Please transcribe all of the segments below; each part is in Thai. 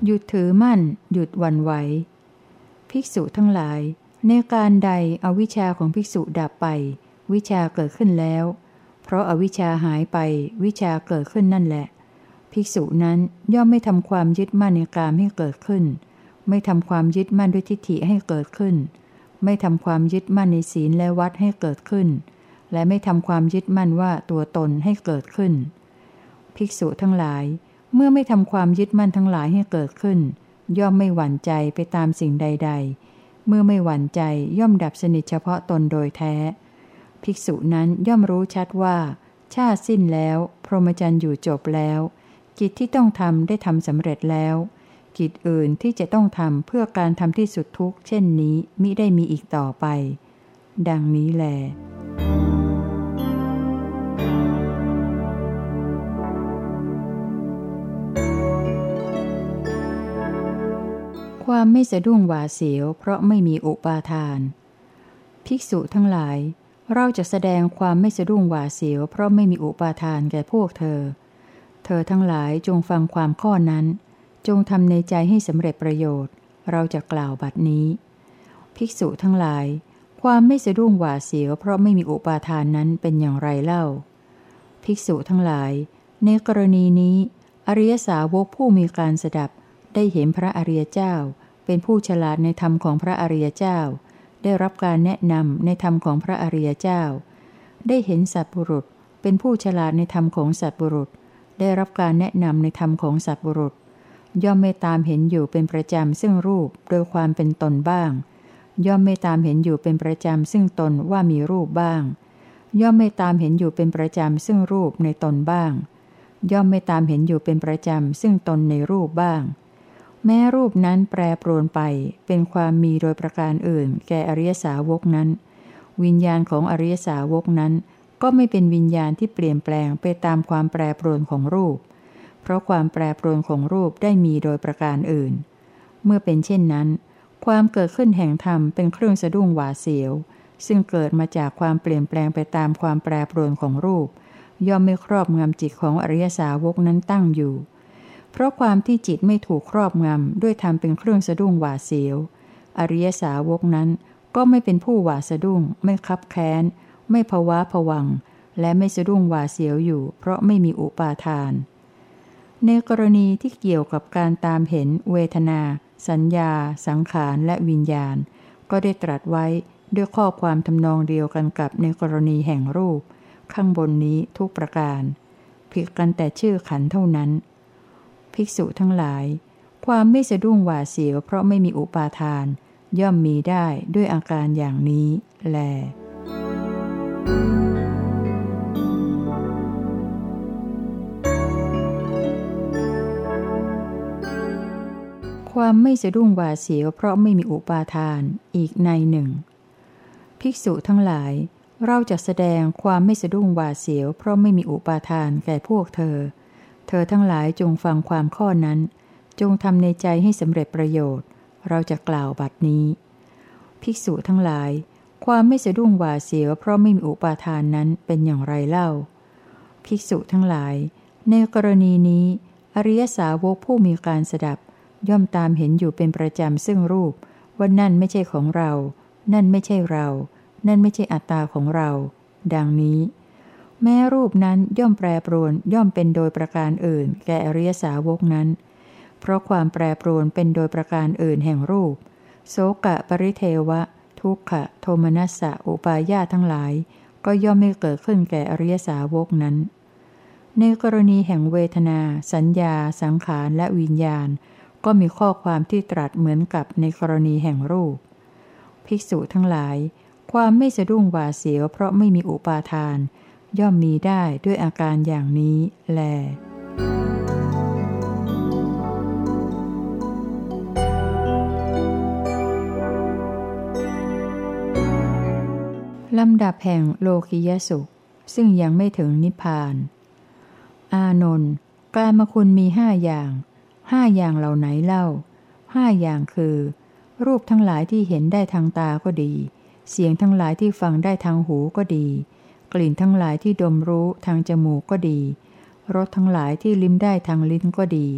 หยุดถือมั่นหยุดหวั่นไหวภิกษุทั้งหลายในการใดอวิชชาของภิกษุดับไปวิชาเกิดขึ้นแล้วเพราะอวิชชาหายไปวิชาเกิดขึ้นนั่นแหละภิกษุนั้นย่อมไม่ทำความยึดมั่นในกามให้เกิดขึ้นไม่ทำความยึดมั่นด้วยทิฏฐิให้เกิดขึ้นไม่ทำความยึดมั่นในศีลและวัดให้เกิดขึ้นและไม่ทำความยึดมั่นว่าตัวตนให้เกิดขึ้นภิกษุทั้งหลายเมื่อไม่ทำความยึดมั่นทั้งหลายให้เกิดขึ้นย่อมไม่หวั่นใจไปตามสิ่งใดๆเมื่อไม่หวั่นใจย่อมดับสนิทเฉพาะตนโดยแท้ภิกษุนั้นย่อมรู้ชัดว่าชาติสิ้นแล้วพรหมจรรย์อยู่จบแล้วกิจที่ต้องทำได้ทำสำเร็จแล้วกิจอื่นที่จะต้องทำเพื่อการทำที่สุดทุกข์เช่นนี้มิได้มีอีกต่อไปดังนี้แลความไม่สะดุ้งหวาดเสียวเพราะไม่มีอุปาทานภิกษุทั้งหลายเราจะแสดงความไม่สะดุ้งหวาดเสียวเพราะไม่มีอุปาทานแก่พวกเธอทั้งหลายจงฟังความข้อนั้นจงทำในใจให้สำเร็จประโยชน์เราจะกล่าวบัดนี้ภิกษุทั้งหลายความไม่สะดุ้งหวาดเสียวเพราะไม่มีอุปาทานนั้นเป็นอย่างไรเล่าภิกษุทั้งหลายในกรณีนี้อริยสาวกผู้มีการสดับได้เห็นพระอริยเจ้าเป็นผู้ฉลาดในธรรมของพระอริยเจ้าได้รับการแนะนำในธรรมของพระอริยเจ้าได้เห็นสัตบุรุษเป็นผู้ฉลาดในธรรมของสัตบุรุษได้รับการแนะนำในธรรมของสัตบุรุษย่อมไม่ตามเห็นอยู่เป็นประจำซึ่งรูปโดยความเป็นตนบ้างย่อมไม่ตามเห็นอยู่เป็นประจำซึ่งตนว่ามีรูปบ้างย่อมไม่ตามเห็นอยู่เป็นประจำซึ่งรูปในตนบ้างย่อมไม่ตามเห็นอยู่เป็นประจำซึ่งตนในรูปบ้างแม้รูปนั้นแปรปรวนไปเป็นความมีโดยประการอื่นแก่อริยสาวกนั้นวิญญาณของอริยสาวกนั้นก็ไม่เป็นวิญญาณที่เปลี่ยนแปลงไปตามความแปรปรวนของรูปเพราะความแปรปรวนของรูปได้มีโดยประการอื่นเมื่อเป็นเช่นนั้นความเกิดขึ้นแห่งธรรมเป็นเครื่องสะดุ้งหวาดเสียวซึ่งเกิดมาจากความเปลี่ยนแปลงไปตามความแปรปรวนของรูปย่อมไม่ครอบงำจิตของอริยสาวกนั้นตั้งอยู่เพราะความที่จิตไม่ถูกครอบงำด้วยธรรมเป็นเครื่องสะดุ้งหวาดเสียวอริยสาวกนั้นก็ไม่เป็นผู้หวาดสะดุ้งไม่คับแค้นไม่ภวะผวังและไม่สะดุ้งหวาดเสียวอยู่เพราะไม่มีอุปาทานในกรณีที่เกี่ยวกับการตามเห็นเวทนาสัญญาสังขารและวิญญาณก็ได้ตรัสไว้ด้วยข้อความทำนองเดียวกันกับในกรณีแห่งรูปข้างบนนี้ทุกประการผิดกันแต่ชื่อขันธ์เท่านั้นภิกษุทั้งหลายความไม่สะดุ้งหวาดเสียวเพราะไม่มีอุปาทานย่อมมีได้ด้วยอาการอย่างนี้แลความไม่สะดุ้งหวาดเสียวเพราะไม่มีอุปาทานอีกในหนึ่งภิกษุทั้งหลายเราจะแสดงความไม่สะดุ้งหวาดเสียวเพราะไม่มีอุปาทานแก่พวกเธอทั้งหลายจงฟังความข้อนั้นจงทำในใจให้สำเร็จประโยชน์เราจะกล่าวบัดนี้ภิกษุทั้งหลายความไม่สะดุ้งหวาดเสียวเพราะไม่มีอุปาทานนั้นเป็นอย่างไรเล่าภิกษุทั้งหลายในกรณีนี้อริยสาวกผู้มีการสดับย่อมตามเห็นอยู่เป็นประจำซึ่งรูปว่านั่นไม่ใช่ของเรานั่นไม่ใช่เรานั่นไม่ใช่อัตตาของเราดังนี้แม้รูปนั้นย่อมแปรปรวนย่อมเป็นโดยประการอื่นแก่อริยสาวกนั้นเพราะความแปรปรวนเป็นโดยประการอื่นแห่งรูปโสกะปริเทวะทุกขะโทมนัสสะอุปาญาตทั้งหลายก็ย่อมไม่เกิดขึ้นแก่อริยสาวกนั้นในกรณีแห่งเวทนาสัญญาสังขารและวิญญาณก็มีข้อความที่ตรัสเหมือนกับในกรณีแห่งรูปภิกษุทั้งหลายความไม่สะดุ้งหวาดเสียวเพราะไม่มีอุปาทานย่อมมีได้ด้วยอาการอย่างนี้แลลำดับแห่งโลกิยสุขซึ่งยังไม่ถึงนิพพานอานนท์กามคุณมี5 อย่าง5 อย่างเหล่าไหนเล่า5 อย่างคือรูปทั้งหลายที่เห็นได้ทางตาก็ดีเสียงทั้งหลายที่ฟังได้ทางหูก็ดีกลิ่นทั้งหลายที่ดมรู้ทางจมูกก็ดีรสทั้งหลายที่ลิ้มได้ทางลิ้นก็ดี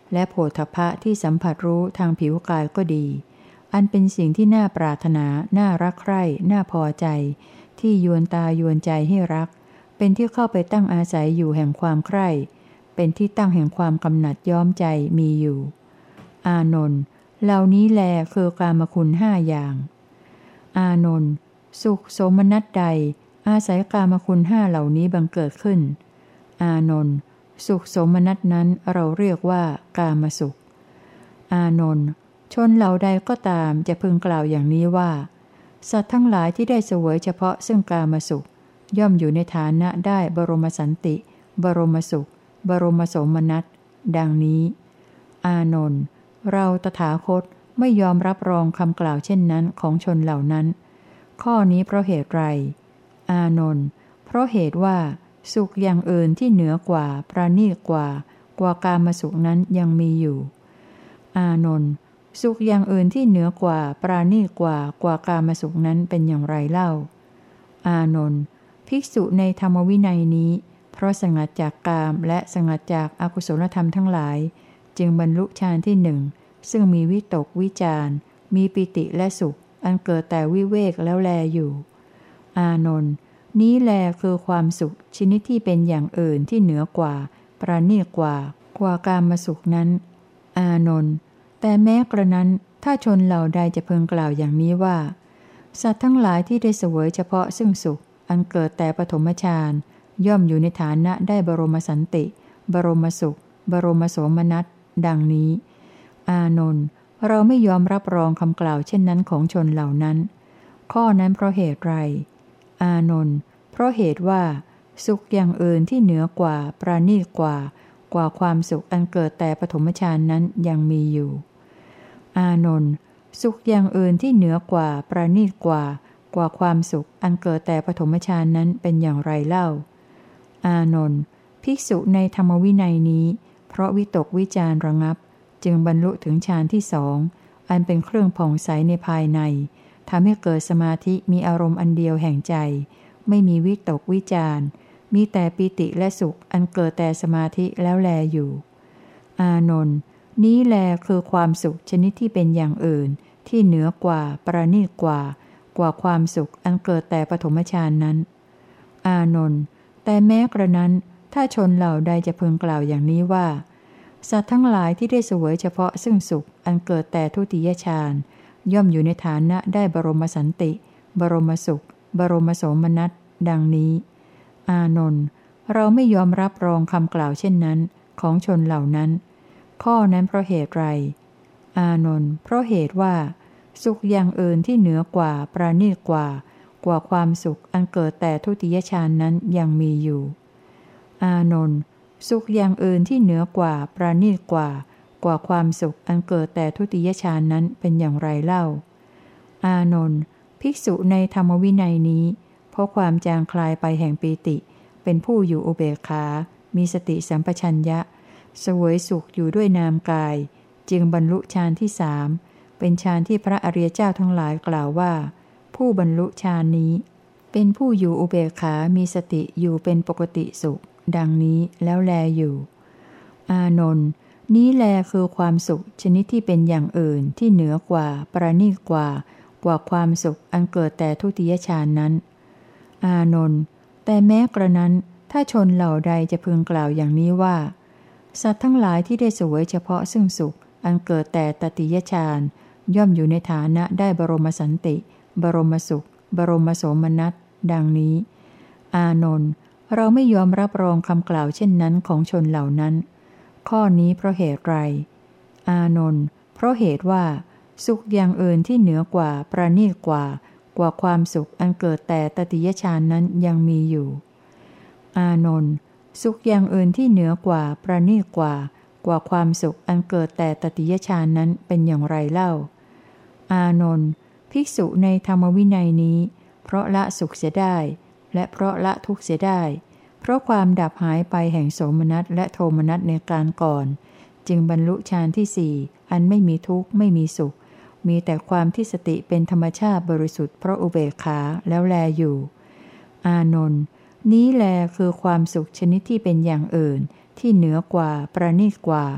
และโผฏฐัพพะที่สัมผัสรู้ทางผิวกายก็ดี อันเป็นสิ่งที่น่าปรารถนาน่ารักใคร่น่าพอใจที่ยวนตายวนใจให้รักเป็นที่เข้าไปตั้งอาศัยอยู่แห่งความใคร่เป็นที่ตั้งแห่งความกำหนัดย้อมใจมีอยู่อานนท์เหล่านี้แลคือกามคุณห้าอย่างอานนท์สุขโสมนัสใดอาศัยกามคุณห้าเหล่านี้บังเกิดขึ้นอานนท์สุขโสมนัสนั้นเราเรียกว่ากามสุขอานนท์ชนเหล่าใดก็ตามจะพึงกล่าวอย่างนี้ว่าสัตว์ทั้งหลายที่ได้เสวยเฉพาะซึ่งกามสุขย่อมอยู่ในฐานะได้บรมสันติบรมสุขบรมโสมนัสดังนี้อานนท์เราตถาคตไม่ยอมรับรองคำกล่าวเช่นนั้นของชนเหล่านั้นข้อนี้เพราะเหตุไรอานนท์เพราะเหตุว่าสุขอย่างอื่นที่เหนือกว่าประณีตกว่ากามสุขนั้นยังมีอยู่อานนท์สุขอย่างอื่นที่เหนือกว่าปราณีตกว่ากามสุขนั้นเป็นอย่างไรเล่าอานนท์ภิกษุในธรรมวินัยนี้เพราะสงัดจากกามและสงัดจากอากุศลธรรมทั้งหลายจึงบรรลุฌานที่หนึ่งซึ่งมีวิตกวิจารมีปิติและสุขอันเกิดแต่วิเวกแล้วแลอยู่อานนท์นี้แลคือความสุขชนิดที่เป็นอย่างอื่นที่เหนือกว่าประณีตกว่ากามสุขนั้นอานนท์แต่แม้กระนั้นถ้าชนเหล่าใดจะพึงกล่าวอย่างนี้ว่าสัตว์ทั้งหลายที่ได้เสวยเฉพาะซึ่งสุขอันเกิดแต่ปฐมฌานย่อมอยู่ในฐานะได้บรมสันติบรมสุขบรมโสมนัสดังนี้อานนท์เราไม่ยอมรับรองคำกล่าวเช่นนั้นของชนเหล่านั้นข้อนั้นเพราะเหตุไรอานนท์เพราะเหตุว่าสุขอย่างอื่นที่เหนือกว่าประณีตกว่าความสุขอันเกิดแต่ปฐมฌานนั้นยังมีอยู่อานนท์สุขอย่างอื่นที่เหนือกว่าประณีตกว่าความสุขอันเกิดแต่ปฐมฌานนั้นเป็นอย่างไรเล่าอานนท์ภิกษุในธรรมวินัยนี้เพราะวิตกวิจารระงับจึงบรรลุถึงฌานที่สองอันเป็นเครื่องผ่องใสในภายในทำให้เกิดสมาธิมีอารมณ์อันเดียวแห่งใจไม่มีวิตกวิจารมีแต่ปิติและสุขอันเกิดแต่สมาธิแล้วแลอยู่อานนท์นี้แลคือความสุขชนิดที่เป็นอย่างอื่นที่เหนือกว่าประณีตกว่าความสุขอันเกิดแต่ปฐมฌานนั้นอานนท์แต่แม้กระนั้นถ้าชนเหล่าใดจะพึงกล่าวอย่างนี้ว่าสัตว์ทั้งหลายที่ได้เสวยเฉพาะซึ่งสุขอันเกิดแต่ทุติยฌานย่อมอยู่ในฐานะได้บรมสันติบรมสุขบรมโสมนัสดังนี้อานนท์เราไม่ยอมรับรองคำกล่าวเช่นนั้นของชนเหล่านั้นข้อนั้นเพราะเหตุไรอานนท์เพราะเหตุว่าสุขอย่างอื่นที่เหนือกว่าประณีตกว่าความสุขอันเกิดแต่ทุติยฌานนั้นยังมีอยู่อานนท์สุขอย่างอื่นที่เหนือกว่าประณีตกว่าความสุขอันเกิดแต่ทุติยฌานนั้นเป็นอย่างไรเล่าอานนท์ภิกษุในธรรมวินัยนี้เพราะความจางคลายไปแห่งปีติเป็นผู้อยู่อุเบกขามีสติสัมปชัญญะเสวยสุขอยู่ด้วยนามกายจึงบรรลุฌานที่สามเป็นฌานที่พระอริยเจ้าทั้งหลายกล่าวว่าผู้บรรลุฌานนี้เป็นผู้อยู่อุเบกขามีสติอยู่เป็นปกติสุขดังนี้แล้วแลอยู่อานนท์นี้แลคือความสุขชนิดที่เป็นอย่างอื่นที่เหนือกว่าประณีตกว่าความสุขอันเกิดแต่ทุติยฌานนั้นอานนท์แต่แม้กระนั้นถ้าชนเหล่าใดจะพึงกล่าวอย่างนี้ว่าสัตว์ทั้งหลายที่ได้เสวยเฉพาะซึ่งสุขอันเกิดแต่ตติยฌานย่อมอยู่ในฐานะได้บรมสันติบรมสุขบรมโสมนัสดังนี้อานนท์เราไม่ยอมรับรองคำกล่าวเช่นนั้นของชนเหล่านั้นข้อนี้เพราะเหตุไรอานนท์เพราะเหตุว่าสุขอย่างอื่นที่เหนือกว่าประณีตกว่าความสุขอันเกิดแต่ตติยฌานนั้นยังมีอยู่อานนท์สุขอย่างอื่นที่เหนือกว่าประณีตกว่าความสุขอันเกิดแต่ตติยฌานนั้นเป็นอย่างไรเล่าอานนท์ภิกษุในธรรมวินัยนี้เพราะละสุขเสียได้และเพราะละทุกข์เสียได้เพราะความดับหายไปแห่งโสมนัสและโทมนัสในการก่อนจึงบรรลุฌานที่สี่อันไม่มีทุกข์ไม่มีสุขมีแต่ความที่สติเป็นธรรมชาติบริสุทธิ์เพราะอุเบกขาแล้วแลอยู่อานนท์นี้แลคือความสุขชนิดที่เป็นอย่างอื่นที่เหนือกว่าประณีตกว่า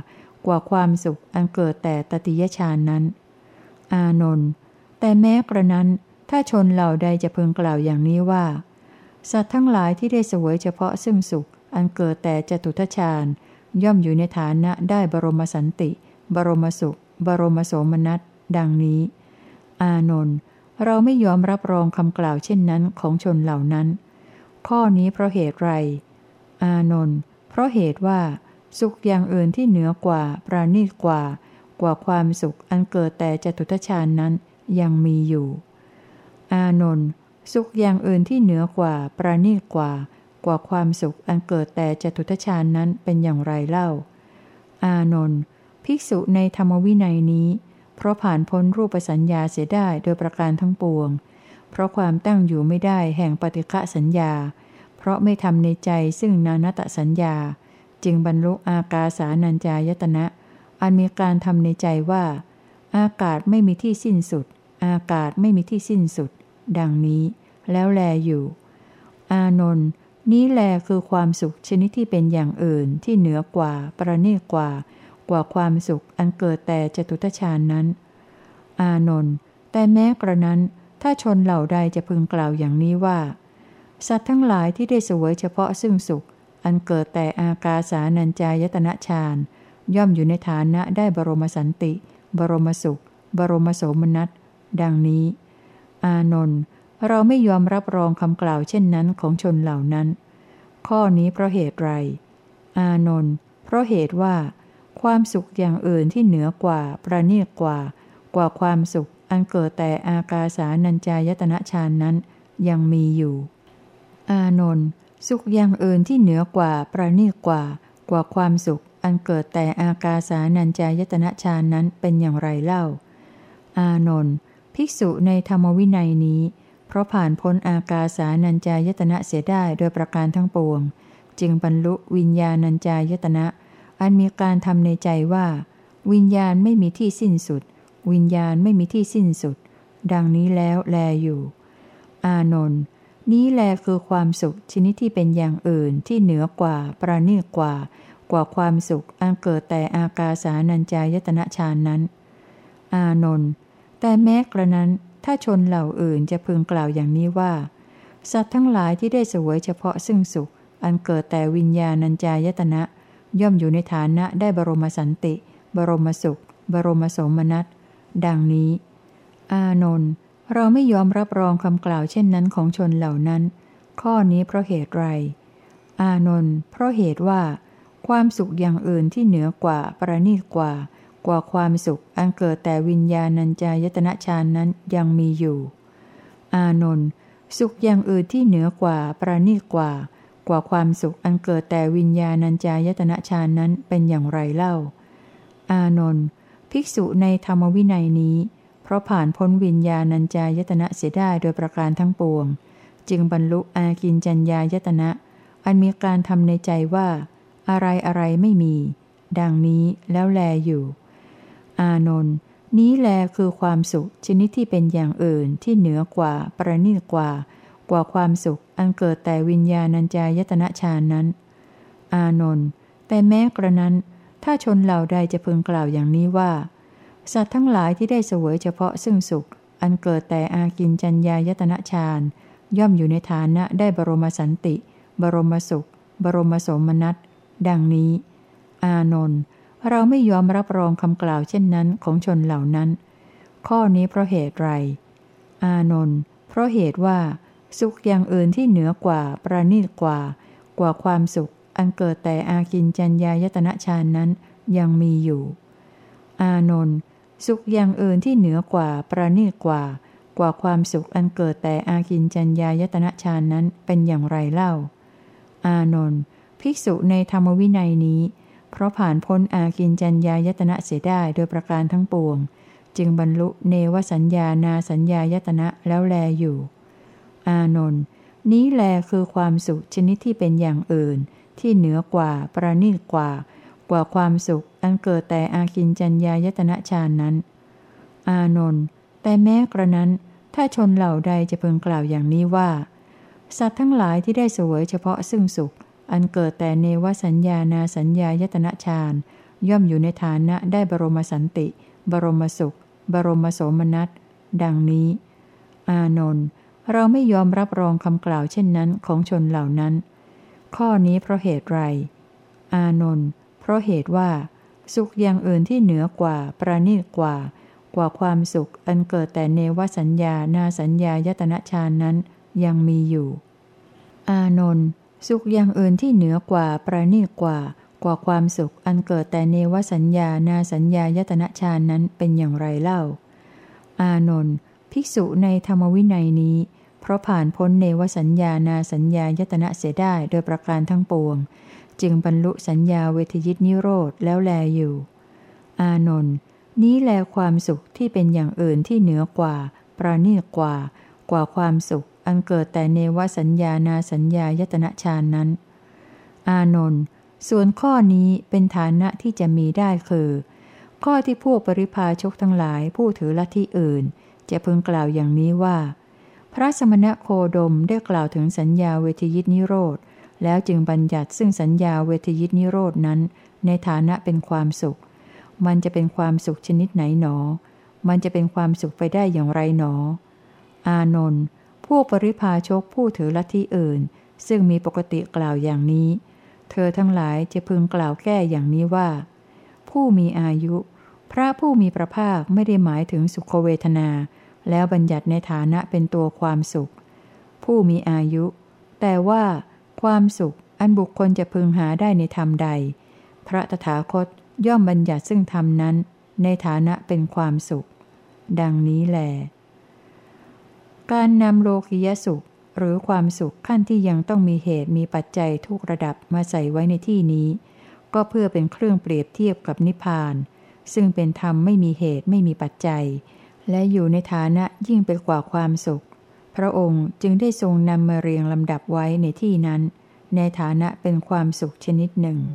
กว่าความสุขอันเกิดแต่ตติยฌานนั้นอานนท์แต่แม้กระนั้นถ้าชนเหล่าใดจะพึงกล่าวอย่างนี้ว่าสัตว์ทั้งหลายที่ได้เสวยเฉพาะซึ่งสุขอันเกิดแต่จตุทัชฌานย่อมอยู่ในฐานะได้บรมสันติบรมสุขบรมโสมนัสดังนี้อานนท์เราไม่ยอมรับรองคำกล่าวเช่นนั้นของชนเหล่านั้นข้อนี้เพราะเหตุไรอานนท์เพราะเหตุว่าสุขอย่างอื่นที่เหนือกว่าปราณีตกว่าความสุขอันเกิดแต่จตุทัชฌานนั้นยังมีอยู่อานนท์สุขอย่างอื่นที่เหนือกว่าปราณีตกว่าความสุขอันเกิดแต่จตุทัชฌานนั้นเป็นอย่างไรเล่าอานนท์ภิกษุในธรรมวินัยนี้เพราะผ่านพ้นรูปสัญญาเสียได้โดยประการทั้งปวงเพราะความตั้งอยู่ไม่ได้แห่งปฏิฆะสัญญาเพราะไม่ทำในใจซึ่งนานตสัญญาจึงบรรลุอากาสานัญจายตนะอันมีการทำในใจว่าอากาศไม่มีที่สิ้นสุดอากาศไม่มีที่สิ้นสุดดังนี้แล้วแลอยู่อานนท์นี้แลคือความสุขชนิดที่เป็นอย่างอื่นที่เหนือกว่าประณีตกว่าความสุขอันเกิดแต่จตุทัชฌานนั้นอานนท์แต่แม้กระนั้นถ้าชนเหล่าใดจะพึงกล่าวอย่างนี้ว่าสัตว์ทั้งหลายที่ได้เสวยเฉพาะซึ่งสุขอันเกิดแต่อากาสานัญจายตนะฌานย่อมอยู่ในฐานะได้บรมสันติบรมสุขบรมโสมนัสดังนี้อานนท์เราไม่ยอมรับรองคำกล่าวเช่นนั้นของชนเหล่านั้นข้อนี้เพราะเหตุไรอานนท์เพราะเหตุว่าความสุขอย่างอื่นที่เหนือกว่าประณีตกว่าความสุขอันเกิดแต่อากาสานัญจายตนะฌานนั้นยังมีอยู่อานนท์สุขอย่างอื่นที่เหนือกว่าประณีตกว่าความสุขอันเกิดแต่อากาสานัญจายตนะฌานนั้นเป็นอย่างไรเล่าอานนท์ภิกษุในธรรมวินัยนี้เพราะผ่านพ้นอากาสานัญจายตนะเสียได้โดยประการทั้งปวงจึงบรรลุวิญญาณัญจายตนะอันมีการทำในใจว่าวิญญาณไม่มีที่สิ้นสุดวิญญาณไม่มีที่สิ้นสุดดังนี้แล้วแลอยู่อานนท์นี้แลคือความสุขชนิดที่เป็นอย่างอื่นที่เหนือกว่าประณีตกว่าความสุขอันเกิดแต่อากาสานัญจายตนะฌานนั้นอานนท์แต่แม้กระนั้นถ้าชนเหล่าอื่นจะพึงกล่าวอย่างนี้ว่าสัตว์ทั้งหลายที่ได้เสวยเฉพาะซึ่งสุขอันเกิดแต่วิญญาณัญจายตนะย่อมอยู่ในฐานะได้บรมสันติบรมสุขบรมโสมนัสดังนี้อานนท์เราไม่ยอมรับรองคำกล่าวเช่นนั้นของชนเหล่านั้นข้อนี้เพราะเหตุไรอานนท์เพราะเหตุว่าความสุขอย่างอื่นที่เหนือกว่าประณีตกว่าความสุขอันเกิดแต่วิญญาณัญจายตนะฌานนั้นยังมีอยู่อานนท์สุขอย่างอื่นที่เหนือกว่าประณีตกว่าความสุขอันเกิดแต่วิญญาณัญจายตนะฌานนั้นเป็นอย่างไรเล่าอานนท์ภิกษุในธรรมวินัยนี้เพราะผ่านพ้นวิญญาณัญจายตนะเสียได้โดยประการทั้งปวงจึงบรรลุอากิญจัญญายตนะอันมีการทำในใจว่าอะไรไม่มีดังนี้แล้วแลอยู่อานนท์นี้แลคือความสุขชนิดที่เป็นอย่างอื่นที่เหนือกว่าประณีตกว่าความสุขอันเกิดแต่วิญญาณัญจายตนะฌานนั้นอานนท์แต่แม้กระนั้นถ้าชนเหล่าใดจะพึงกล่าวอย่างนี้ว่าสัตว์ทั้งหลายที่ได้เสวยเฉพาะซึ่งสุขอันเกิดแต่อากิญจัญญายตนะฌานย่อมอยู่ในฐานะได้บรมสันติบรมสุขบรมโสมนัสดังนี้อานนท์เราไม่ยอมรับรองคำกล่าวเช่นนั้นของชนเหล่านั้นข้อนี้เพราะเหตุไรอานนท์เพราะเหตุว่าสุขอย่างอื่นที่เหนือกว่าประณีตกว่าความสุขอันเกิดแต่อากิญจัญญายตนะฌานนั้นยังมีอยู่อานนท์สุขอย่างอื่นที่เหนือกว่าประณีตกว่าความสุขอันเกิดแต่อากิญจัญญายตนะฌานนั้นเป็นอย่างไรเล่าอานนท์ภิกษุในธรรมวินัยนี้เพราะผ่านพ้นอากิญจัญญายตนะเสียได้โดยประการทั้งปวงจึงบรรลุเนวสัญญานาสัญญายตนะแล้วแลอยู่อานนท์นี้แลคือความสุขชนิดที่เป็นอย่างอื่นที่เหนือกว่าประณีตกว่าความสุขอันเกิดแต่อากิญจัญญายตนะฌานนั้นอานนท์แต่แม้กระนั้นถ้าชนเหล่าใดจะพึงกล่าวอย่างนี้ว่าสัตว์ทั้งหลายที่ได้เสวยเฉพาะซึ่งสุขอันเกิดแต่เนวสัญญานาสัญญายตนะฌานย่อมอยู่ในฐานะได้บรมสันติบรมสุขบรมโสมนัสดังนี้อานนท์เราไม่ยอมรับรองคำกล่าวเช่นนั้นของชนเหล่านั้นข้อนี้เพราะเหตุไรอานนท์เพราะเหตุว่าสุขอย่างอื่นที่เหนือกว่าประณีตกว่าความสุขอันเกิดแต่เนวสัญญานาสัญญายตนะฌานนั้นยังมีอยู่อานนท์สุขอย่างอื่นที่เหนือกว่าประณีตกว่าความสุขอันเกิดแต่เนวสัญญานาสัญญายตนะฌานนั้นเป็นอย่างไรเล่าอานนท์ภิกษุในธรรมวินัยนี้เพราะผ่านพ้นเนวสัญญานาสัญญายตนะเสียได้โดยประการทั้งปวงจึงบรรลุสัญญาเวทยิตนิโรธแล้วแลอยู่อานนท์นี้แลความสุขที่เป็นอย่างอื่นที่เหนือกว่าประณีตกว่าความสุขอันเกิดแต่เนวสัญญานาสัญญายตนะฌานนั้นอานนท์ส่วนข้อนี้เป็นฐานะที่จะมีได้คือข้อที่พวกปริพาชกทั้งหลายผู้ถือลัทธิอื่นจะพึงกล่าวอย่างนี้ว่าพระสมณโคดมได้กล่าวถึงสัญญาเวทยิตนิโรธแล้วจึงบัญญัติซึ่งสัญญาเวทยิตนิโรธนั้นในฐานะเป็นความสุขมันจะเป็นความสุขชนิดไหนหนอมันจะเป็นความสุขไปได้อย่างไรหนออานนท์พวกปริพาชกผู้ถือลัทธิอื่นซึ่งมีปกติกล่าวอย่างนี้เธอทั้งหลายจะพึงกล่าวแก้อย่างนี้ว่าผู้มีอายุพระผู้มีพระภาคไม่ได้หมายถึงสุขเวทนาแล้วบัญญัติในฐานะเป็นตัวความสุขผู้มีอายุแต่ว่าความสุขอันบุคคลจะพึงหาได้ในธรรมใดพระตถาคตย่อมบัญญัติซึ่งธรรมนั้นในฐานะเป็นความสุขดังนี้แลการนำโลกิยสุขหรือความสุขขั้นที่ยังต้องมีเหตุมีปัจจัยทุกระดับมาใส่ไว้ในที่นี้ก็เพื่อเป็นเครื่องเปรียบเทียบกับนิพพานซึ่งเป็นธรรมไม่มีเหตุไม่มีปัจจัยและอยู่ในฐานะยิ่งไปกว่าความสุขพระองค์จึงได้ทรงนำมาเรียงลำดับไว้ในที่นั้นในฐานะเป็นความสุขชนิดหนึ่ง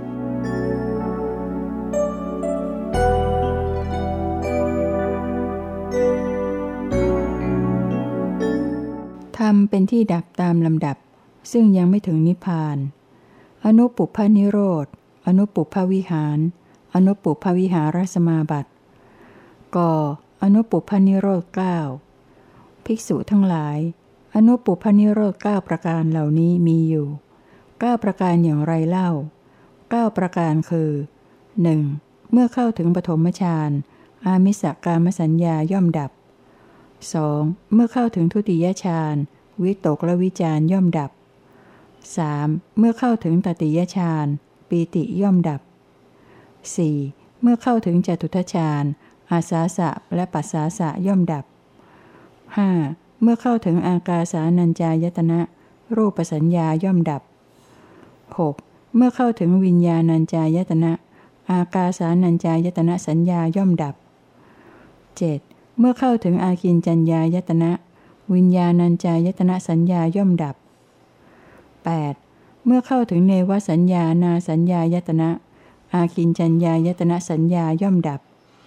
ธรรมเป็นที่ดับตามลำดับซึ่งยังไม่ถึงนิพพานอนุปปุพพนิโรธอนุปปุพพวิหารอนุปปุพพวิหารสมาบัติกอนุปปุพพนิโรธ 9ภิกษุทั้งหลายอนุปปุพพนิโรธ 9ประการเหล่านี้มีอยู่9ประการอย่างไรเล่า9ประการคือ 1. เมื่อเข้าถึงปฐมฌานอามิสกามสัญญาย่อมดับ 2. เมื่อเข้าถึงทุติยฌานวิตกและวิจารย่อมดับ 3. เมื่อเข้าถึงตติยฌานปีติย่อมดับ 4. เมื่อเข้าถึงจตุทัชฌานอาสาสะและปัสสาสะย่อมดับ 5. เมื่อเข้าถึงอากาสานัญจายตนะรูปสัญญาย่อมดับ 6. เมื่อเข้าถึงวิญญาณัญจายตนะอากาสานัญจายตนะสัญญาย่อมดับ 7. เมื่อเข้าถึงอากิญจัญญายตนะวิญญาณัญจายตนะสัญญาย่อมดับ 8. เมื่อเข้าถึงเนวสัญญานาสัญญายตนะอากิญจัญญายตนะสัญญาย่อมดับ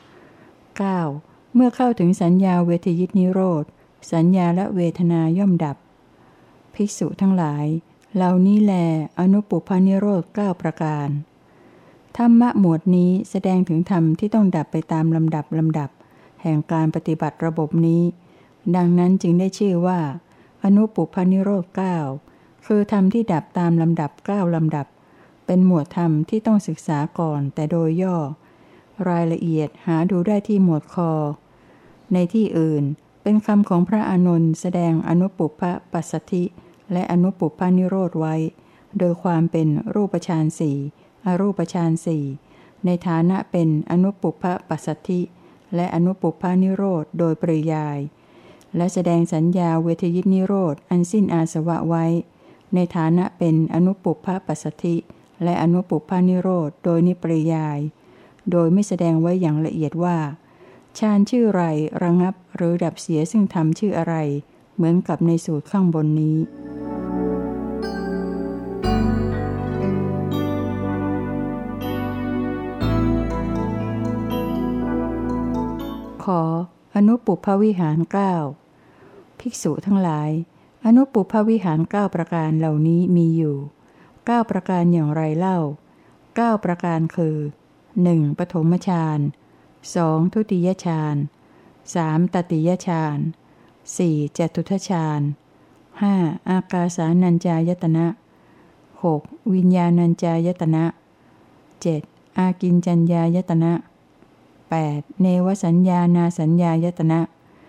9. เมื่อเข้าถึงสัญญาเวทยิตนิโรธสัญญาและเวทนาย่อมดับภิกษุทั้งหลายเหล่านี้แลอนุปปุพพนิโรธ 9ประการธรรมะหมวดนี้แสดงถึงธรรมที่ต้องดับไปตามลำดับแห่งการปฏิบัติระบบนี้ดังนั้นจึงได้ชื่อว่าอนุปปุพพนิโรธ 9คือธรรมที่ดับตามลำดับ9ลำดับเป็นหมวดธรรมที่ต้องศึกษาก่อนแต่โดยย่อรายละเอียดหาดูได้ที่หมวดคอในที่อื่นเป็นคำของพระอานนท์แสดงอนุปปุพพปัสสธิและอนุปปุพพนิโรธไว้โดยความเป็นรูปฌานสี่อรูปฌานสี่ในฐานะเป็นอนุปปุพพปัสสธิและอนุปปุพพนิโรธโดยปริยายและแสดงสัญญาเวทยิตนิโรธอันสิ้นอาสวะไว้ในฐานะเป็นอนุปปุพพปัสสธิและอนุปปุพพนิโรธโดยนิปริยายโดยไม่แสดงไว้อย่างละเอียดว่าฌานชื่อไรระงับหรือดับเสียซึ่งธรรมชื่ออะไรเหมือนกับในสูตรข้างบนนี้ขออนุปปุพพวิหาร 9ภิกษุทั้งหลายอนุปปุพพวิหาร 9ประการเหล่านี้มีอยู่9ประการอย่างไรเล่า9ประการคือ 1. ปฐมฌาน 2. ทุติยฌาน 3. ตติยฌาน 4. จตุทัชฌาน 5. อากาสานัญจายตนะ 6. วิญญาณัญจายตนะ 7. อากิญจัญญายตนะ 8. เนวสัญญานาสัญญายตนะ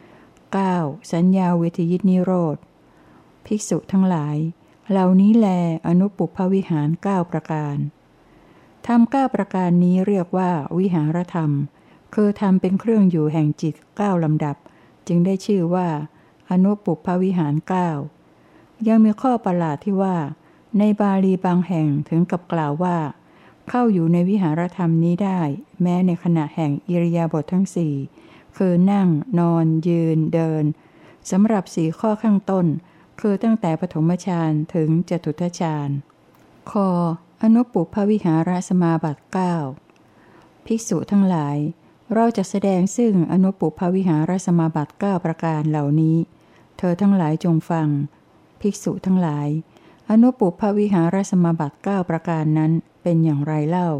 9. สัญญาเวทยิตนิโรธภิกษุทั้งหลายเหล่านี้แลอนุปุพพวิหาร9ประการธรรม9ประการนี้เรียกว่าวิหารธรรมคือธรรมเป็นเครื่องอยู่แห่งจิต9ลำดับจึงได้ชื่อว่าอนุปุพพวิหาร9ยังมีข้อประหลาดที่ว่าในบาลีบางแห่งถึงกับกล่าวว่าเข้าอยู่ในวิหารธรรมนี้ได้แม้ในขณะแห่งอิริยาบถทั้งสี่คือนั่งนอนยืนเดินสำหรับ4ข้อข้างต้นคือตั้งแต่ปฐมฌานถึงจตุทัชฌานคอนุปุพพวิหารสมาบัติ9ภิกษุทั้งหลายเราจะแสดงซึ่งอนุปุพพวิหารสมาบัติ9ประการเหล่านี้เธอทั้งหลายจงฟังภิกษุทั้งหลายอนุปุพพวิหารสมาบัติ9ประการนั้นเป็นอย่างไรเล่า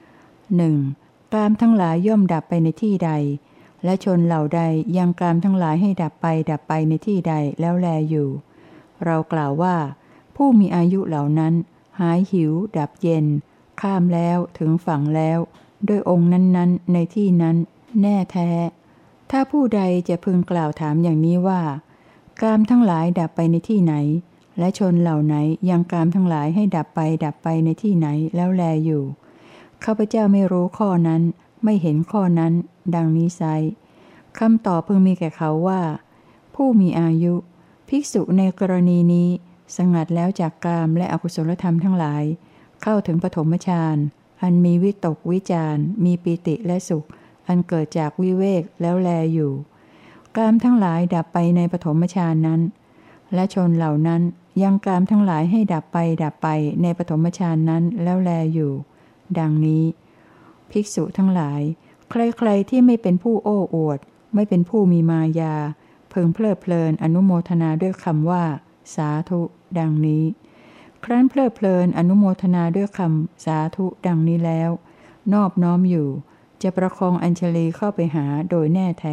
1. กามทั้งหลายย่อมดับไปในที่ใดและชนเหล่าใดยังกามทั้งหลายให้ดับไปในที่ใดแล้วแลอยู่เรากล่าวว่าผู้มีอายุเหล่านั้นหายหิวดับเย็นข้ามแล้วถึงฝั่งแล้วด้วยองค์นั้นๆในที่นั้นแน่แท้ถ้าผู้ใดจะพึงกล่าวถามอย่างนี้ว่ากามทั้งหลายดับไปในที่ไหนและชนเหล่าไหนยังกามทั้งหลายให้ดับไปในที่ไหนแล้วแลอยู่ข้าพเจ้าไม่รู้ข้อนั้นไม่เห็นข้อนั้นดังนี้ไซคำตอบพึงมีแก่เขาว่าผู้มีอายุภิกษุในกรณีนี้สงัดแล้วจากกามและอกุศลธรรมทั้งหลายเข้าถึงปฐมฌานอันมีวิตกวิจารมีปิติและสุขอันเกิดจากวิเวกแล้วแลอยู่กามทั้งหลายดับไปในปฐมฌานนั้นและชนเหล่านั้นยังกามทั้งหลายให้ดับไปในปฐมฌานนั้นแล้วแลอยู่ดังนี้ภิกษุทั้งหลายใครๆที่ไม่เป็นผู้โอ้อวดไม่เป็นผู้มีมายาพึงเพลิดเพลินอนุโมทนาด้วยคำว่าสาธุดังนี้ครั้นเพลิดเพลินอนุโมทนาด้วยคำสาธุดังนี้แล้วนอบน้อมอยู่จะประคองอัญชลีเข้าไปหาโดยแน่แท้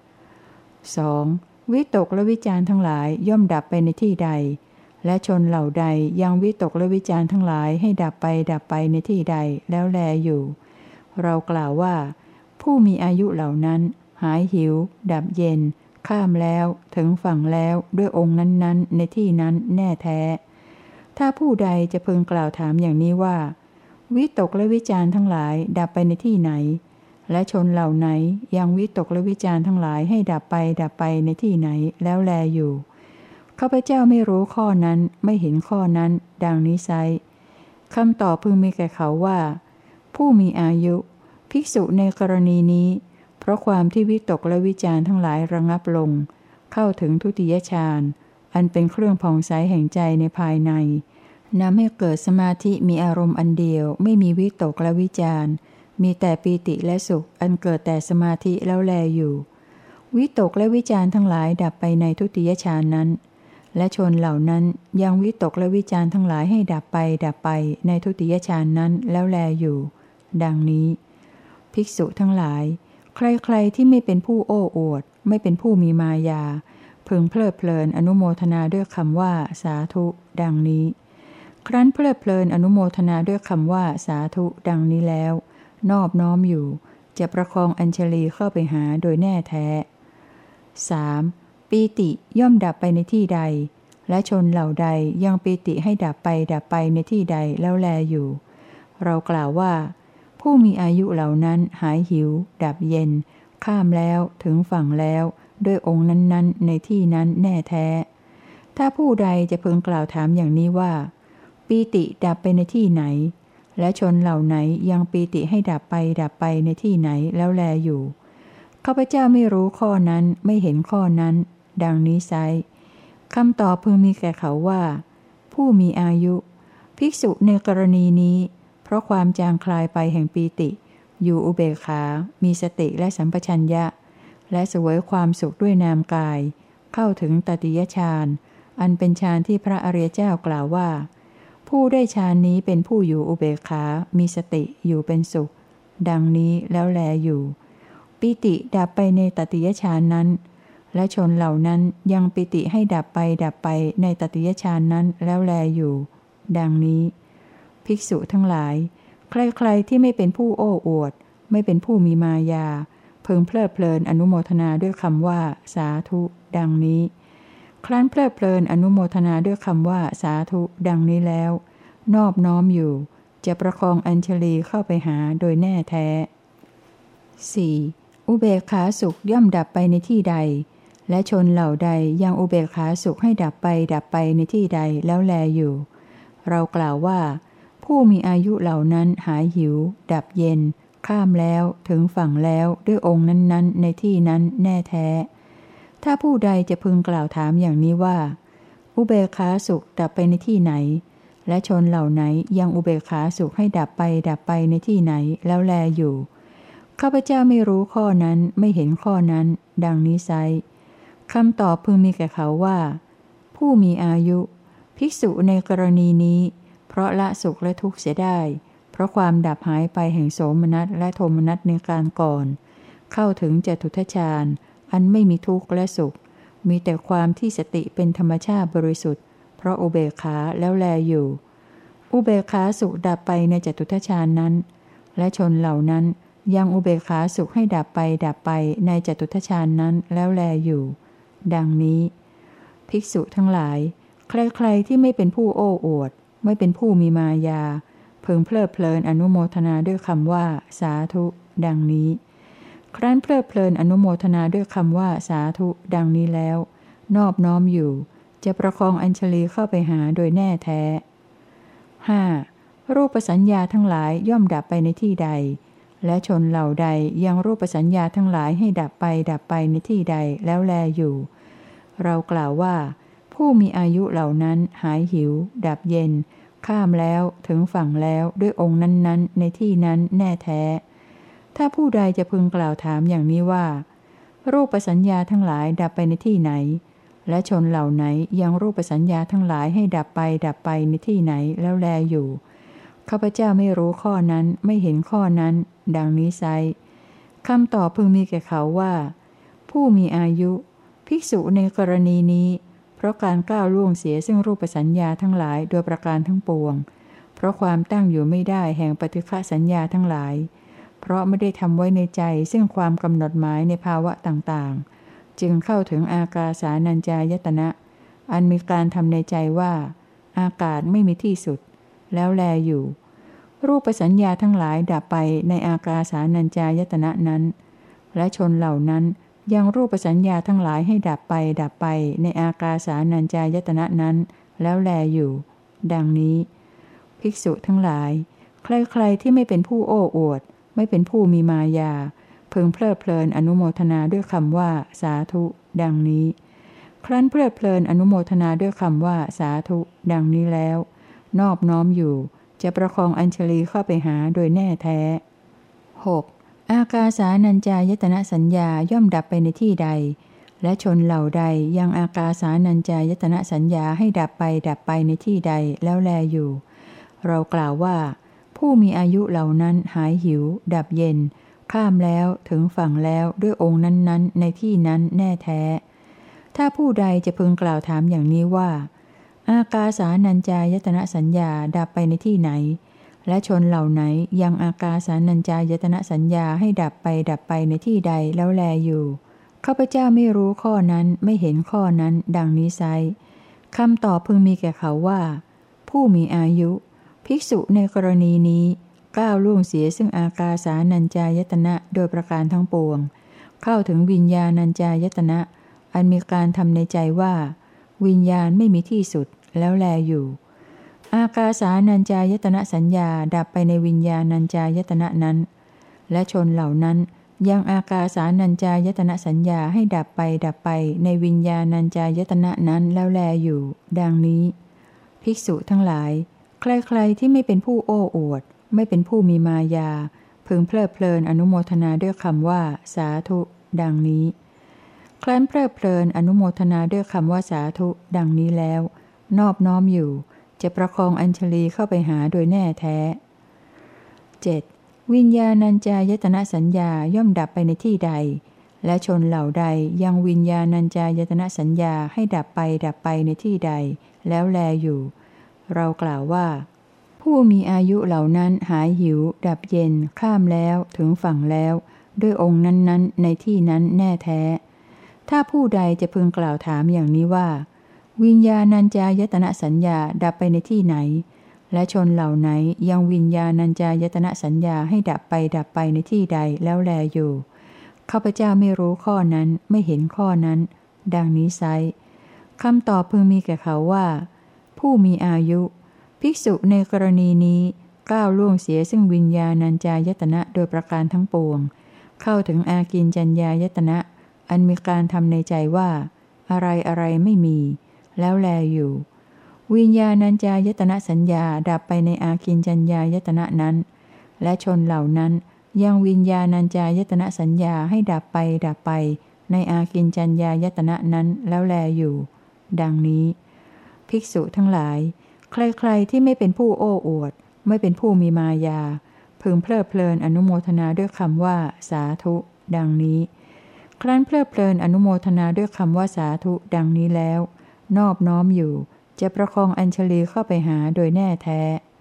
2. วิตกและวิจารทั้งหลายย่อมดับไปในที่ใดและชนเหล่าใดยังวิตกและวิจารทั้งหลายให้ดับไปในที่ใดแล้วแลอยู่เรากล่าวว่าผู้มีอายุเหล่านั้นหายหิวดับเย็นข้ามแล้วถึงฝั่งแล้วด้วยองค์นั้นๆในที่นั้นแน่แท้ถ้าผู้ใดจะพึงกล่าวถามอย่างนี้ว่าวิตกและวิจารทั้งหลายดับไปในที่ไหนและชนเหล่าไหนยังวิตกและวิจารทั้งหลายให้ดับไปในที่ไหนแล้วแลอยู่ข้าพเจ้าไม่รู้ข้อนั้นไม่เห็นข้อนั้นดังนี้ไซคำตอบพึงมีแก่เขาว่าผู้มีอายุภิกษุในกรณีนี้เพราะความที่วิตกและวิจารทั้งหลายระงับลงเข้าถึงทุติยฌานอันเป็นเครื่องผ่องใสแห่งใจในภายในนำให้เกิดสมาธิมีอารมณ์อันเดียวไม่มีวิตกและวิจารมีแต่ปีติและสุขอันเกิดแต่สมาธิแล้วแลอยู่วิตกและวิจารทั้งหลายดับไปในทุติยฌานนั้นและชนเหล่านั้นยังวิตกและวิจารทั้งหลายให้ดับไปในทุติยฌานนั้นแล้วแลอยู่ดังนี้ภิกษุทั้งหลายใครๆที่ไม่เป็นผู้โอ้อวดไม่เป็นผู้มีมายาพึงเพลิดเพลินอนุโมทนาด้วยคำว่าสาธุดังนี้ครั้นเพลิดเพลินอนุโมทนาด้วยคำว่าสาธุดังนี้แล้วนอบน้อมอยู่จะประคองอัญชลีเข้าไปหาโดยแน่แท้ 3. ปีติย่อมดับไปในที่ใดและชนเหล่าใดยังปีติให้ดับไปในที่ใดแล้วแลอยู่เรากล่าวว่าผู้มีอายุเหล่านั้นหายหิวดับเย็นข้ามแล้วถึงฝั่งแล้วด้วยองค์นั้นๆในที่นั้นแน่แท้ถ้าผู้ใดจะพึงกล่าวถามอย่างนี้ว่าปีติดับไปในที่ไหนและชนเหล่าไหนยังปีติให้ดับไปในที่ไหนแล้วแลอยู่ข้าพเจ้าไม่รู้ข้อนั้นไม่เห็นข้อนั้นดังนี้ไซคำตอบพึงมีแก่เขาว่าผู้มีอายุภิกษุในกรณีนี้เพราะความจางคลายไปแห่งปีติอยู่อุเบกขามีสติและสัมปชัญญะและเสวยความสุขด้วยนามกายเข้าถึงตติยฌานอันเป็นฌานที่พระอริยเจ้ากล่าวว่าผู้ได้ฌานนี้เป็นผู้อยู่อุเบกขามีสติอยู่เป็นสุขดังนี้แล้วแลอยู่ปิติดับไปในตติยฌานนั้นและชนเหล่านั้นยังปิติให้ดับไปในตติยฌานนั้นแล้วแลอยู่ดังนี้ภิกษุทั้งหลายใครๆที่ไม่เป็นผู้โอ้อวดไม่เป็นผู้มีมายาพึงเพลิดเพลินอนุโมทนาด้วยคำว่าสาธุดังนี้ครั้นเพลิดเพลินอนุโมทนาด้วยคำว่าสาธุดังนี้แล้วนอบน้อมอยู่จะประคองอัญชลีเข้าไปหาโดยแน่แท้ 4. อุเบกขาสุขย่อมดับไปในที่ใดและชนเหล่าใดยังอุเบกขาสุขให้ดับไปในที่ใดแล้วแลอยู่เรากล่าวว่าผู้มีอายุเหล่านั้นหายหิวดับเย็นข้ามแล้วถึงฝั่งแล้วด้วยองค์นั้นๆในที่นั้นแน่แท้ถ้าผู้ใดจะพึงกล่าวถามอย่างนี้ว่าอุเบกขาสุขดับไปในที่ไหนและชนเหล่าไหนยังอุเบกขาสุขให้ดับไปในที่ไหนแล้วแลอยู่ข้าพเจ้าไม่รู้ข้อนั้นไม่เห็นข้อนั้นดังนี้ไซร้คำตอบพึงมีแก่เขาว่าผู้มีอายุภิกษุในกรณีนี้เพราะละสุขและทุกข์เสียได้เพราะความดับหายไปแห่งโสมนัสและโทมนัสในการก่อนเข้าถึงจตุทัชฌานอันไม่มีทุกข์และสุขมีแต่ความที่สติเป็นธรรมชาติบริสุทธิ์เพราะอุเบกขาแล้วแลอยู่อุเบกขาสุขดับไปในจตุทัชฌานนั้นและชนเหล่านั้นยังอุเบกขาสุขให้ดับไปในจตุทัชฌานนั้นแล้วแลอยู่ดังนี้ภิกษุทั้งหลายใครๆที่ไม่เป็นผู้โอ้อวดไม่เป็นผู้มีมายาพึงเพลิดเพลินอนุโมทนาด้วยคำว่าสาธุดังนี้ครั้นเพลิดเพลินอนุโมทนาด้วยคำว่าสาธุดังนี้แล้วนอบน้อมอยู่จะประคองอัญชลีเข้าไปหาโดยแน่แท้ 5. รูปสัญญาทั้งหลายย่อมดับไปในที่ใดและชนเหล่าใดยังรูปสัญญาทั้งหลายให้ดับไปในที่ใดแล้วแลอยู่เรากล่าวว่าผู้มีอายุเหล่านั้นหายหิวดับเย็นข้ามแล้วถึงฝั่งแล้วด้วยองค์นั้นๆในที่นั้นแน่แท้ถ้าผู้ใดจะพึงกล่าวถามอย่างนี้ว่ารูปสัญญาทั้งหลายดับไปในที่ไหนและชนเหล่าไหนยังรูปสัญญาทั้งหลายให้ดับไปในที่ไหนแล้วแลอยู่ข้าพเจ้าไม่รู้ข้อนั้นไม่เห็นข้อนั้นดังนี้ไซร้คำตอบพึงมีแก่เขาว่าผู้มีอายุภิกษุในกรณีนี้เพราะการก้าวล่วงเสียซึ่งรูปสัญญาทั้งหลายโดยประการทั้งปวงเพราะความตั้งอยู่ไม่ได้แห่งปฏิฆะสัญญาทั้งหลายเพราะไม่ได้ทำไว้ในใจซึ่งความกำหนดหมายในภาวะต่างๆจึงเข้าถึงอากาสานัญจายตนะอันมีการทำในใจว่าอากาศไม่มีที่สุดแล้วแลอยู่รูปสัญญาทั้งหลายดับไปในอากาสานัญจายตนะนั้นและชนเหล่านั้นยังรูปสัญญาทั้งหลายให้ดับไปในอากาสานัญจายตนะนั้นแล้วแลอยู่ดังนี้ภิกษุทั้งหลายใครๆที่ไม่เป็นผู้โอ้อวดไม่เป็นผู้มีมายาพึงเพลิดเพลินอนุโมทนาด้วยคำว่าสาธุดังนี้ครั้นเพลิดเพลินอนุโมทนาด้วยคำว่าสาธุดังนี้แล้วนอบน้อมอยู่จะประคองอัญชลีเข้าไปหาโดยแน่แท้ 6. อากาสานัญจายตนะสัญญาย่อมดับไปในที่ใดและชนเหล่าใดยังอากาสานัญจายตนะสัญญาให้ดับไปในที่ใดแล้วแลอยู่เรากล่าวว่าผู้มีอายุเหล่านั้นหายหิวดับเย็นข้ามแล้วถึงฝั่งแล้วด้วยองค์นั้นๆในที่นั้นแน่แท้ถ้าผู้ใดจะพึงกล่าวถามอย่างนี้ว่าอากาสานัญจายตนะสัญญาดับไปในที่ไหนและชนเหล่าไหนยังอากาสานัญจายตนะสัญญาให้ดับไปในที่ใดแล้วแลอยู่ข้าพเจ้าไม่รู้ข้อนั้นไม่เห็นข้อนั้นดังนี้ไซร้คำตอบพึงมีแก่เขาว่าผู้มีอายุภิกษุในกรณีนี้ก้าวล่วงเสียซึ่งอากาสานัญจายตนะโดยประการทั้งปวงเข้าถึงวิญญาณัญจายตนะอันมีการทำในใจว่าวิญญาณไม่มีที่สุดแล้วแลอยู่อากาสานัญจายตนะสัญญาดับไปในวิญญาณัญจายตนะนั้นและชนเหล่านั้นยังอากาสานัญจายตนะสัญญาให้ดับไปในวิญญาณัญจายตนะนั้นแล้วแลอยู่ดังนี้ภิกษุทั้งหลายใครๆที่ไม่เป็นผู้โอ้อวดไม่เป็นผู้มีมายาพึงเพลิดเพลินอนุโมทนาด้วยคำว่าสาธุดังนี้ครั้นเพลิดเพลินอนุโมทนาด้วยคำว่าสาธุดังนี้แล้วนอบน้อมอยู่จะประคองอัญชลีเข้าไปหาโดยแน่แท้ 7. วิญญาณัญจายตนะสัญญาย่อมดับไปในที่ใดและชนเหล่าใดยังวิญญาณัญจายตนะสัญญาให้ดับไปในที่ใดแล้วแลอยู่ เรากล่าวว่าผู้มีอายุเหล่านั้นหายหิวดับเย็นข้ามแล้วถึงฝั่งแล้วด้วยองค์นั้นๆในที่นั้นแน่แท้ถ้าผู้ใดจะพึงกล่าวถามอย่างนี้ว่าวิญญาณัญจายตนะสัญญาดับไปในที่ไหนและชนเหล่าไหนยังวิญญาณัญจายตนะสัญญาให้ดับไปในที่ใดแล้วแลอยู่ข้าพเจ้าไม่รู้ข้อนั้นไม่เห็นข้อนั้นดังนี้ไซร้คำตอบพึงมีแก่เขาว่าผู้มีอายุภิกษุในกรณีนี้ก้าวล่วงเสียซึ่งวิญญาณัญจายตนะโดยประการทั้งปวงเข้าถึงอากิญจัญญายตนะอันมีการทำในใจว่าอะไรไม่มีแล้วแลอยู่วิญญาณัญจายตนะสัญญาดับไปในอากิญจัญญายตนะนั้นและชนเหล่านั้นยังวิญญาณัญจายตนะสัญญาให้ดับไปในอากิญจัญญายตนะนั้นแล้วแลอยู่ดังนี้ภิกษุทั้งหลายใครๆที่ไม่เป็นผู้โอ้อวดไม่เป็นผู้มีมายาพึงเพลิดเพลินอนุโมทนาด้วยคำว่าสาธุดังนี้ครั้นเพลิดเพลินอนุโมทนาด้วยคำว่าสาธุดังนี้แล้วนอบน้อมอยู่จะประคองอัญชลีเข้าไปหาโดยแน่แท้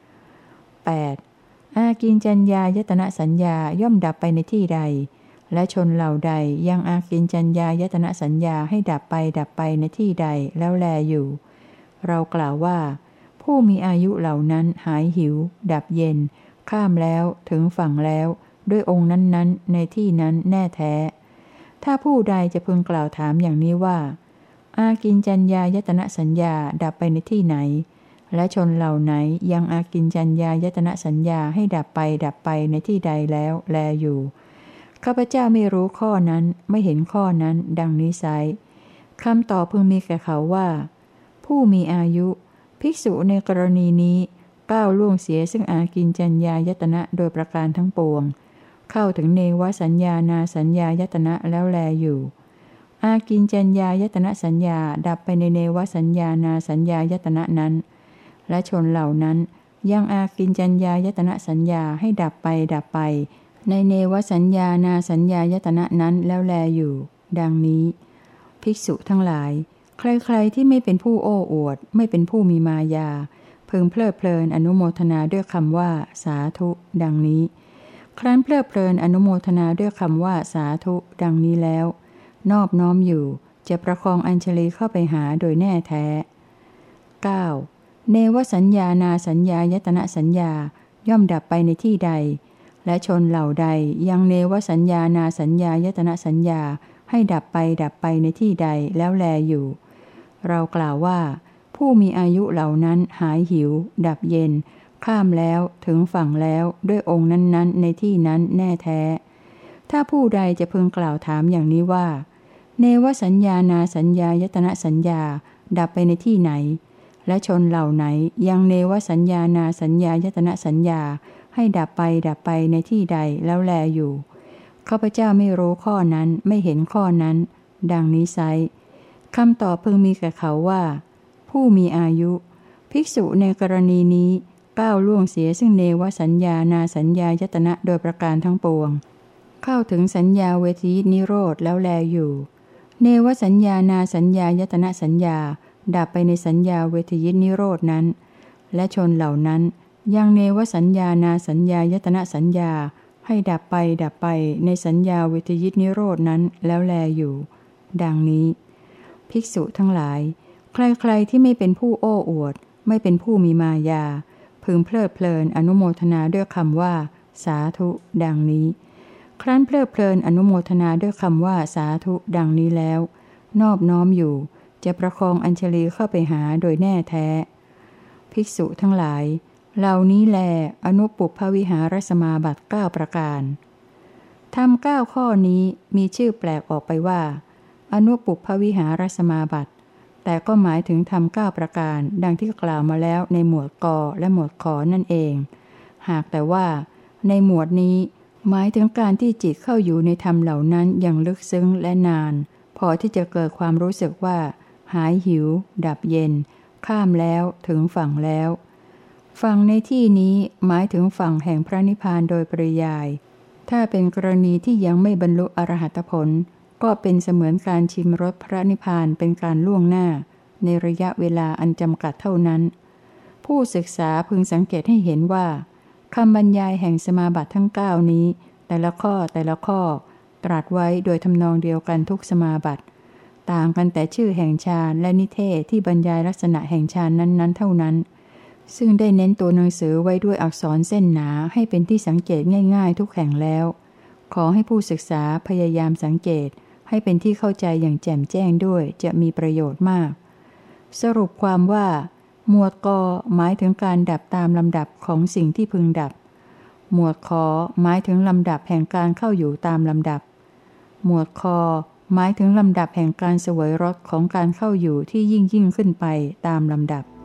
8. อากิญจัญญายตนะสัญญาย่อมดับไปในที่ใดและชนเหล่าใดยังอากิญจัญญายตนะสัญญาให้ดับไปในที่ใดแล้วแลอยู่เรากล่าวว่าผู้มีอายุเหล่านั้นหายหิวดับเย็นข้ามแล้วถึงฝั่งแล้วด้วยองค์นั้นๆในที่นั้นแน่แท้ถ้าผู้ใดจะพึงกล่าวถามอย่างนี้ว่าอากิญจัญญายตนะสัญญาดับไปในที่ไหนและชนเหล่าไหนยังอากิญจัญญายตนะสัญญาให้ดับไปในที่ใดแล้วแลอยู่ข้าพเจ้าไม่รู้ข้อนั้นไม่เห็นข้อนั้นดังนี้ไซร้คำตอบพึงมีแก่เขาว่าผู้มีอายุภิกษุในกรณีนี้ก้าวล่วงเสียซึ่งอากิญจัญญายตนะโดยประการทั้งปวงเข้าถึงเนวสัญญานาสัญญายตนะแล้วแลอยู่อากิญจัญญายตนะสัญญาดับไปในเนวสัญญานาสัญญายตนะนั้นและชนเหล่านั้นยังอากิญจัญญายตนะสัญญาให้ดับไปในเนวสัญญานาสัญญายตนะนั้นแล้วแลอยู่ดังนี้ภิกษุทั้งหลายใครๆที่ไม่เป็นผู้โอ้อวดไม่เป็นผู้มีมายาพึงเพลิดเพลินอนุโมทนาด้วยคำว่าสาธุดังนี้ครั้นเพลิดเพลินอนุโมทนาด้วยคำว่าสาธุดังนี้แล้วนอบน้อมอยู่จะประคองอัญชลีเข้าไปหาโดยแน่แท้ 9. เนวสัญญานาสัญญายตนะสัญญาย่อมดับไปในที่ใดและชนเหล่าใดยังเนวสัญญานาสัญญายตนะสัญญาให้ดับไปในที่ใดแล้วแลอยู่เรากล่าวว่าผู้มีอายุเหล่านั้นหายหิวดับเย็นข้ามแล้วถึงฝั่งแล้วด้วยองค์นั้นๆในที่นั้นแน่แท้ถ้าผู้ใดจะพึงกล่าวถามอย่างนี้ว่าเนวสัญญานาสัญญายตนะสัญญาดับไปในที่ไหนและชนเหล่าไหนยังเนวสัญญานาสัญญายตนะสัญญาให้ดับไปในที่ใดแล้วแลอยู่ข้าพเจ้าไม่รู้ข้อนั้นไม่เห็นข้อนั้นดังนี้ไซร้คำตอบพึงมีแก่เขาว่าผู้มีอายุภิกษุในกรณีนี้ก้าวล่วงเสียซึ่งเนวสัญญานาสัญญายตนะโดยประการทั้งปวงเข้าถึงสัญญาเวทีนิโรธแล้วแลอยู่เนวสัญญานาสัญญายตนะสัญญาดับไปในสัญญาเวทีนิโรธนั้นและชนเหล่านั้นยังเนวสัญญานาสัญญายตนะสัญญาให้ดับไปในสัญญาเวทีนิโรธนั้นแล้วแลอยู่ดังนี้ภิกษุทั้งหลายใครๆที่ไม่เป็นผู้โอ้อวดไม่เป็นผู้มีมายาพึงเพลิดเพลินอนุโมทนาด้วยคำว่าสาธุดังนี้ครั้นเพลิดเพลินอนุโมทนาด้วยคำว่าสาธุดังนี้แล้วนอบน้อมอยู่จะประคองอัญชลีเข้าไปหาโดยแน่แท้ภิกษุทั้งหลายเหล่านี้แลอนุปุพพวิหารสมาบัติ9ประการทำ9ข้อนี้มีชื่อแปลกออกไปว่าอนุปุพพวิหารสมาบัติแต่ก็หมายถึงทำ9ประการดังที่กล่าวมาแล้วในหมวดกและหมวดขนั่นเองหากแต่ว่าในหมวดนี้หมายถึงการที่จิตเข้าอยู่ในธรรมเหล่านั้นอย่างลึกซึ้งและนานพอที่จะเกิดความรู้สึกว่าหายหิวดับเย็นข้ามแล้วถึงฝั่งแล้วฝั่งในที่นี้หมายถึงฝั่งแห่งพระนิพพานโดยปริยายถ้าเป็นกรณีที่ยังไม่บรรลุอรหัตผลก็เป็นเสมือนการชิมรสพระนิพพานเป็นการล่วงหน้าในระยะเวลาอันจำกัดเท่านั้นผู้ศึกษาพึงสังเกตให้เห็นว่าคำบรรยายแห่งสมาบัติทั้ง9นี้แต่ละข้อแต่ละข้อตรัสไว้โดยทำนองเดียวกันทุกสมาบัติต่างกันแต่ชื่อแห่งฌานและนิเทศที่บรรยายลักษณะแห่งฌานนั้นๆเท่านั้นซึ่งได้เน้นตัวหนังสือไว้ด้วยอักษรเส้นหนาให้เป็นที่สังเกตง่ายๆทุกแห่งแล้วขอให้ผู้ศึกษาพยายามสังเกตให้เป็นที่เข้าใจอย่างแจ่มแจ้งด้วยจะมีประโยชน์มากสรุปความว่าหมวดกหมายถึงการดับตามลำดับของสิ่งที่พึงดับหมวดขหมายถึงลำดับแห่งการเข้าอยู่ตามลำดับหมวดคหมายถึงลำดับแห่งการเสวยรสของการเข้าอยู่ที่ยิ่งขึ้นไปตามลำดับ